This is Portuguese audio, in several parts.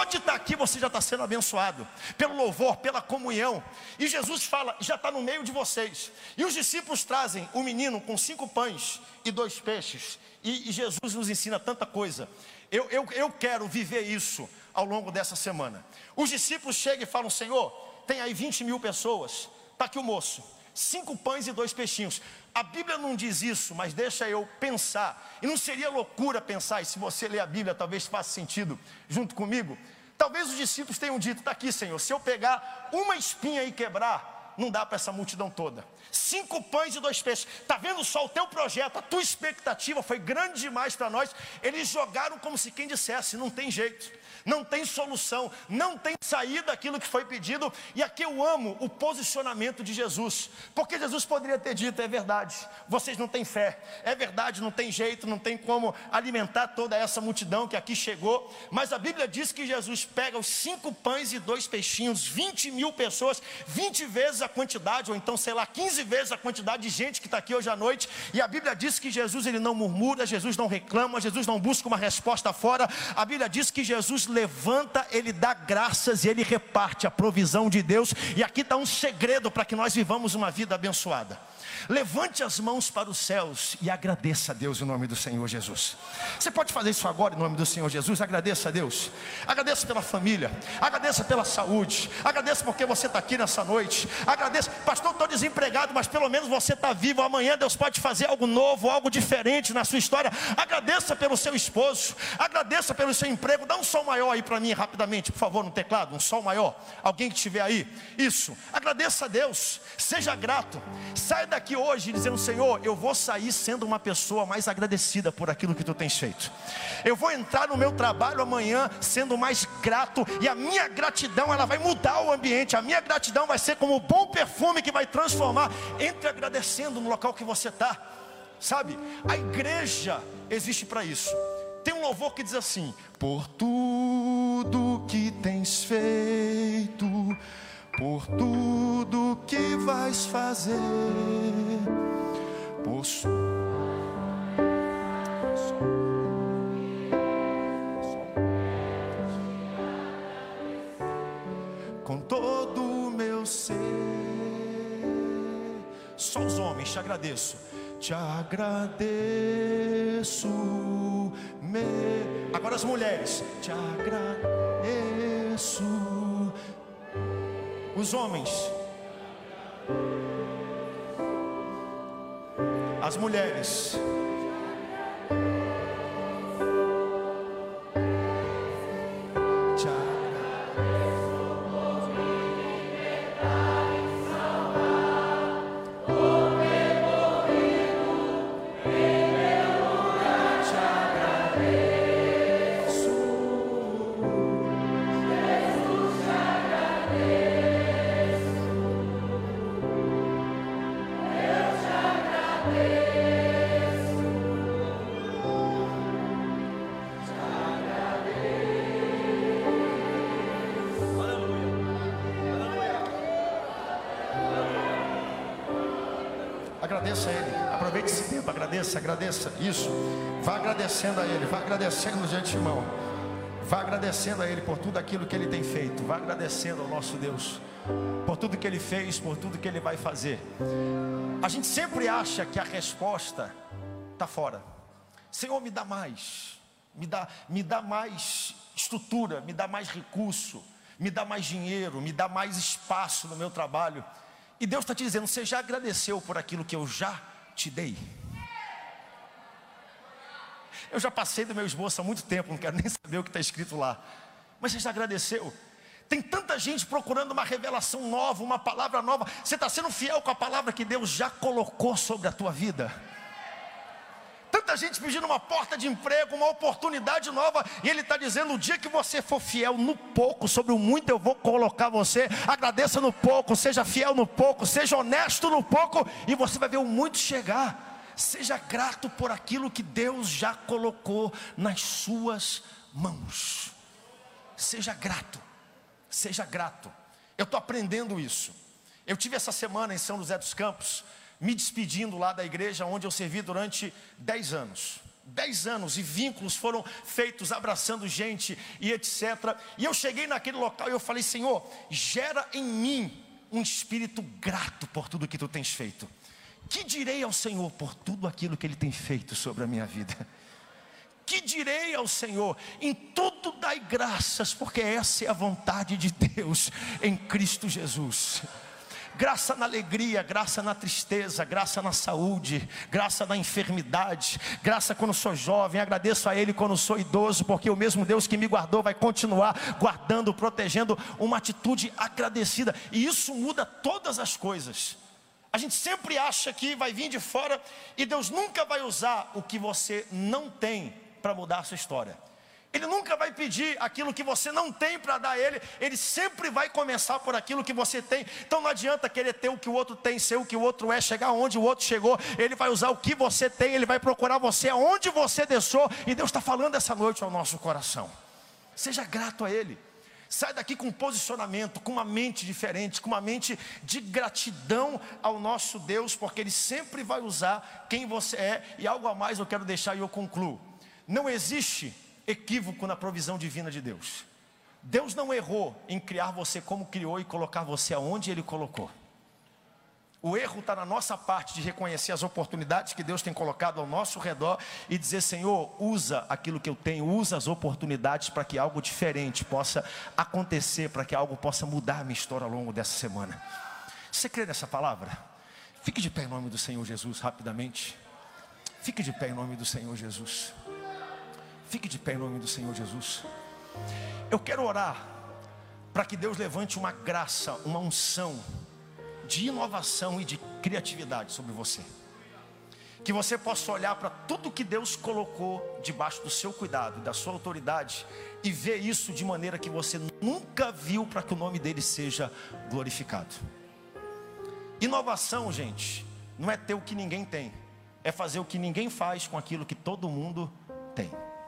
Só de estar aqui você já está sendo abençoado, pelo louvor, pela comunhão. E Jesus fala, já está no meio de vocês. E os discípulos trazem o menino com 5 pães e 2 peixes. E Jesus nos ensina tanta coisa. Eu quero viver isso ao longo dessa semana. Os discípulos chegam e falam: Senhor, tem aí 20.000 pessoas, está aqui o moço, 5 pães e 2 peixinhos. A Bíblia não diz isso, mas deixa eu pensar. E não seria loucura pensar, e se você ler a Bíblia talvez faça sentido junto comigo. Talvez os discípulos tenham dito: está aqui, Senhor, se eu pegar uma espinha e quebrar, não dá para essa multidão toda. 5 pães e 2 peixes. Está vendo só o teu projeto, a tua expectativa foi grande demais para nós. Eles jogaram como se quem dissesse: não tem jeito, não tem solução, não tem saída aquilo que foi pedido. E aqui eu amo o posicionamento de Jesus, porque Jesus poderia ter dito: é verdade, vocês não têm fé, é verdade, não tem jeito, não tem como alimentar toda essa multidão que aqui chegou. Mas a Bíblia diz que Jesus pega os 5 pães e 2 peixinhos, 20.000 pessoas, 20 vezes a quantidade, ou então sei lá, 15 vezes a quantidade de gente que está aqui hoje à noite. E a Bíblia diz que Jesus, ele não murmura, Jesus não reclama, Jesus não busca uma resposta fora. A Bíblia diz que Jesus levanta, ele dá graças e ele reparte a provisão de Deus. E aqui está um segredo para que nós vivamos uma vida abençoada. Levante as mãos para os céus e agradeça a Deus em nome do Senhor Jesus. Você pode fazer isso agora em nome do Senhor Jesus. Agradeça a Deus, agradeça pela família, agradeça pela saúde, agradeça porque você está aqui nessa noite. Agradeça: pastor, estou desempregado, mas pelo menos você está vivo. Amanhã Deus pode fazer algo novo, algo diferente na sua história. Agradeça pelo seu esposo, agradeça pelo seu emprego. Dá um som maior aí para mim rapidamente, por favor, no teclado, um som maior. Alguém que estiver aí, isso. Agradeça a Deus, seja grato. Saia daqui hoje dizendo: Senhor, eu vou sair sendo uma pessoa mais agradecida por aquilo que tu tens feito. Eu vou entrar no meu trabalho amanhã sendo mais grato, e a minha gratidão, ela vai mudar o ambiente. A minha gratidão vai ser como um bom perfume que vai transformar. Entre agradecendo no local que você está. Sabe, a igreja existe para isso. Tem um louvor que diz assim: por tudo que tens feito, por tudo que vais fazer, por com todo o meu ser. Só os homens, te agradeço, te agradeço. Agora as mulheres, te agradeço. Os homens, as mulheres, te agradeço por me libertar e salvar, por ter morrido em meu lugar. Te agradeço, Jesus, te agradeço. Agradeça a Ele, aproveite esse tempo, agradeça, isso. Vá agradecendo a Ele, vá agradecendo de antemão, vá agradecendo a Ele por tudo aquilo que Ele tem feito, vá agradecendo ao nosso Deus por tudo que Ele fez, por tudo que Ele vai fazer. A gente sempre acha que a resposta está fora. Senhor, me dá mais, me dá mais estrutura, me dá mais recurso, me dá mais dinheiro, me dá mais espaço no meu trabalho. E Deus está te dizendo: você já agradeceu por aquilo que eu já te dei? Eu já passei do meu esboço há muito tempo, não quero nem saber o que está escrito lá. Mas você já agradeceu? Tem tanta gente procurando uma revelação nova, uma palavra nova. Você está sendo fiel com a palavra que Deus já colocou sobre a tua vida? Tanta gente pedindo uma porta de emprego, uma oportunidade nova, e Ele está dizendo: o dia que você for fiel no pouco, sobre o muito eu vou colocar você. Agradeça no pouco, seja fiel no pouco, seja honesto no pouco, e você vai ver o muito chegar. Seja grato por aquilo que Deus já colocou nas suas mãos. Seja grato, seja grato. Eu estou aprendendo isso. Eu tive essa semana em São José dos Campos, me despedindo lá da igreja onde eu servi durante 10 anos. 10 anos, e vínculos foram feitos, abraçando gente e etc. E eu cheguei naquele local e eu falei: Senhor, gera em mim um espírito grato por tudo que tu tens feito. Que direi ao Senhor por tudo aquilo que Ele tem feito sobre a minha vida? Que direi ao Senhor? Em tudo dai graças, porque essa é a vontade de Deus em Cristo Jesus. Graça na alegria, graça na tristeza, graça na saúde, graça na enfermidade, graça quando sou jovem, agradeço a Ele quando sou idoso, porque o mesmo Deus que me guardou vai continuar guardando, protegendo. Uma atitude agradecida, e isso muda todas as coisas. A gente sempre acha que vai vir de fora, e Deus nunca vai usar o que você não tem para mudar a sua história. Ele nunca vai pedir aquilo que você não tem para dar a Ele. Ele sempre vai começar por aquilo que você tem. Então não adianta querer ter o que o outro tem, ser o que o outro é, chegar onde o outro chegou. Ele vai usar o que você tem, Ele vai procurar você aonde você deixou. E Deus está falando essa noite ao nosso coração. Seja grato a Ele. Sai daqui com um posicionamento, com uma mente diferente, com uma mente de gratidão ao nosso Deus, porque Ele sempre vai usar quem você é. E algo a mais eu quero deixar e eu concluo. Não existe equívoco na provisão divina de Deus. Deus não errou em criar você como criou e colocar você aonde Ele colocou. O erro está na nossa parte de reconhecer as oportunidades que Deus tem colocado ao nosso redor e dizer: Senhor, usa aquilo que eu tenho, usa as oportunidades para que algo diferente possa acontecer, para que algo possa mudar a minha história ao longo dessa semana. Você crê nessa palavra? Fique de pé em nome do Senhor Jesus, rapidamente. Fique de pé em nome do Senhor Jesus. Fique de pé em nome do Senhor Jesus. Eu quero orar para que Deus levante uma graça, uma unção de inovação e de criatividade sobre você. Que você possa olhar para tudo que Deus colocou debaixo do seu cuidado, da sua autoridade, e ver isso de maneira que você nunca viu, para que o nome dele seja glorificado. Inovação, gente, não é ter o que ninguém tem, é fazer o que ninguém faz com aquilo que todo mundo tem.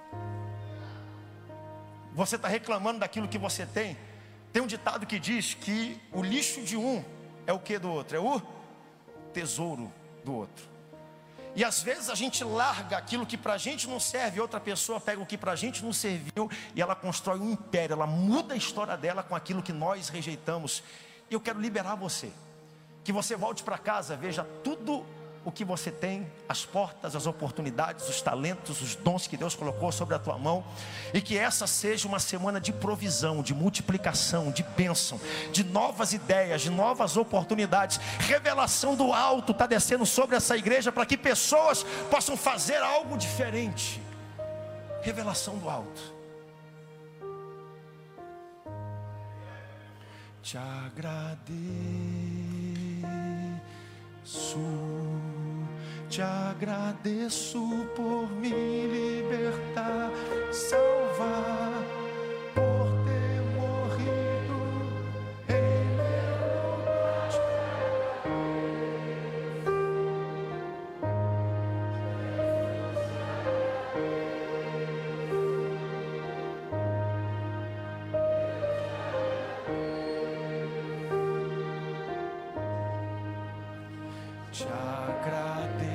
Você está reclamando daquilo que você tem. Tem um ditado que diz que o lixo de um é o que do outro? É o tesouro do outro. E às vezes a gente larga aquilo que para a gente não serve, outra pessoa pega o que para a gente não serviu, e ela constrói um império, ela muda a história dela com aquilo que nós rejeitamos. E eu quero liberar você, que você volte para casa, veja tudo o que você tem, as portas, as oportunidades, os talentos, os dons que Deus colocou sobre a tua mão, e que essa seja uma semana de provisão, de multiplicação, de bênção, de novas ideias, de novas oportunidades. Revelação do alto está descendo sobre essa igreja, para que pessoas possam fazer algo diferente. Revelação do alto. Te agradeço, te agradeço por me libertar, salvar, por ter morrido em meu lugar. Te agradeço.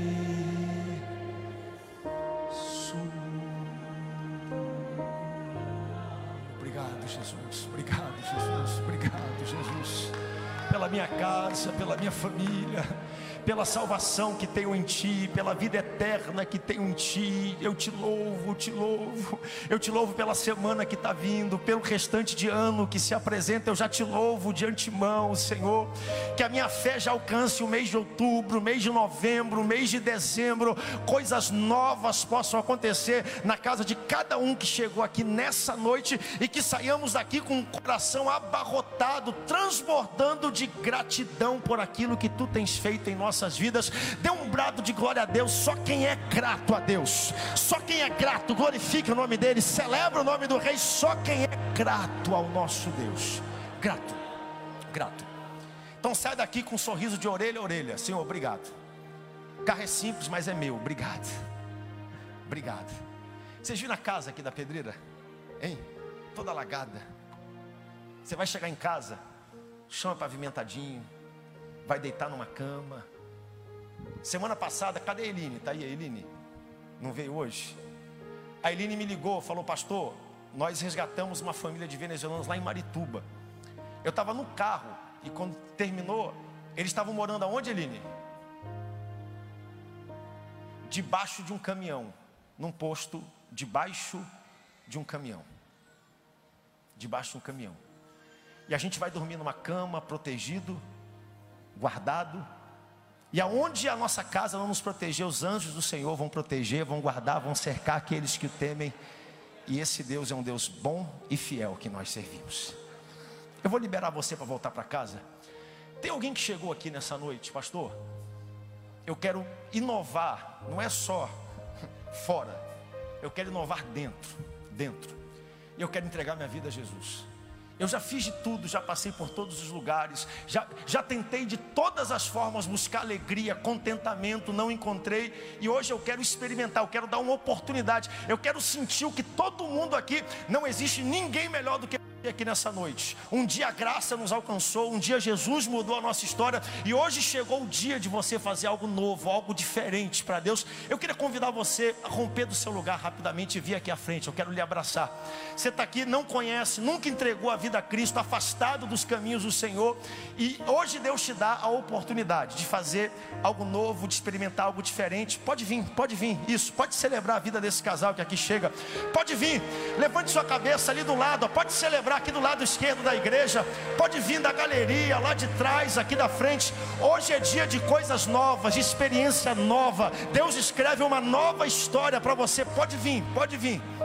Obrigado, Jesus. Obrigado, Jesus. Obrigado, Jesus. Pela minha casa, pela minha família, pela salvação que tenho em Ti, pela vida eterna que tenho em Ti. Eu te louvo, te louvo. Eu te louvo pela semana que está vindo, pelo restante de ano que se apresenta. Eu já te louvo de antemão, Senhor. Que a minha fé já alcance o mês de outubro, o mês de novembro, o mês de dezembro. Coisas novas possam acontecer na casa de cada um que chegou aqui nessa noite, e que saiamos daqui com o coração abarrotado, transbordando de gratidão por aquilo que Tu tens feito em nossas vidas. Dê um brado de glória a Deus. Só quem é grato a Deus, só quem é grato, glorifique o nome dele, celebra o nome do Rei. Só quem é grato ao nosso Deus. Grato, grato. Então sai daqui com um sorriso de orelha a orelha. Senhor, obrigado. O carro é simples, mas é meu. Obrigado, obrigado. Vocês viram a casa aqui da Pedreira? Hein? Toda alagada. Você vai chegar em casa, chão é pavimentadinho, vai deitar numa cama. Semana passada, cadê a Eline? Está aí a Eline? Não veio hoje? A Eline me ligou, falou: pastor, nós resgatamos uma família de venezuelanos lá em Marituba. Eu estava no carro e quando terminou, eles estavam morando aonde, Eline? Debaixo de um caminhão, num posto, debaixo de um caminhão. Debaixo de um caminhão. E a gente vai dormir numa cama, protegido, guardado. E aonde a nossa casa não nos proteger, os anjos do Senhor vão proteger, vão guardar, vão cercar aqueles que o temem. E esse Deus é um Deus bom e fiel que nós servimos. Eu vou liberar você para voltar para casa. Tem alguém que chegou aqui nessa noite: pastor, eu quero inovar, não é só fora, eu quero inovar dentro. E eu quero entregar minha vida a Jesus. Eu já fiz de tudo, já passei por todos os lugares, já tentei de todas as formas buscar alegria, contentamento, não encontrei. E hoje eu quero experimentar, eu quero dar uma oportunidade. Eu quero sentir o que todo mundo aqui, não existe ninguém melhor do que aqui nessa noite. Um dia a graça nos alcançou, um dia Jesus mudou a nossa história, e hoje chegou o dia de você fazer algo novo, algo diferente para Deus. Eu queria convidar você a romper do seu lugar rapidamente e vir aqui à frente. Eu quero lhe abraçar. Você está aqui, não conhece, nunca entregou a vida a Cristo, afastado dos caminhos do Senhor, e hoje Deus te dá a oportunidade de fazer algo novo, de experimentar algo diferente. Pode vir, isso, pode celebrar a vida desse casal que aqui chega. Pode vir, levante sua cabeça ali do lado, ó. Pode celebrar aqui do lado esquerdo da igreja, pode vir da galeria, lá de trás, aqui da frente. Hoje é dia de coisas novas, de experiência nova. Deus escreve uma nova história para você. Pode vir, pode vir.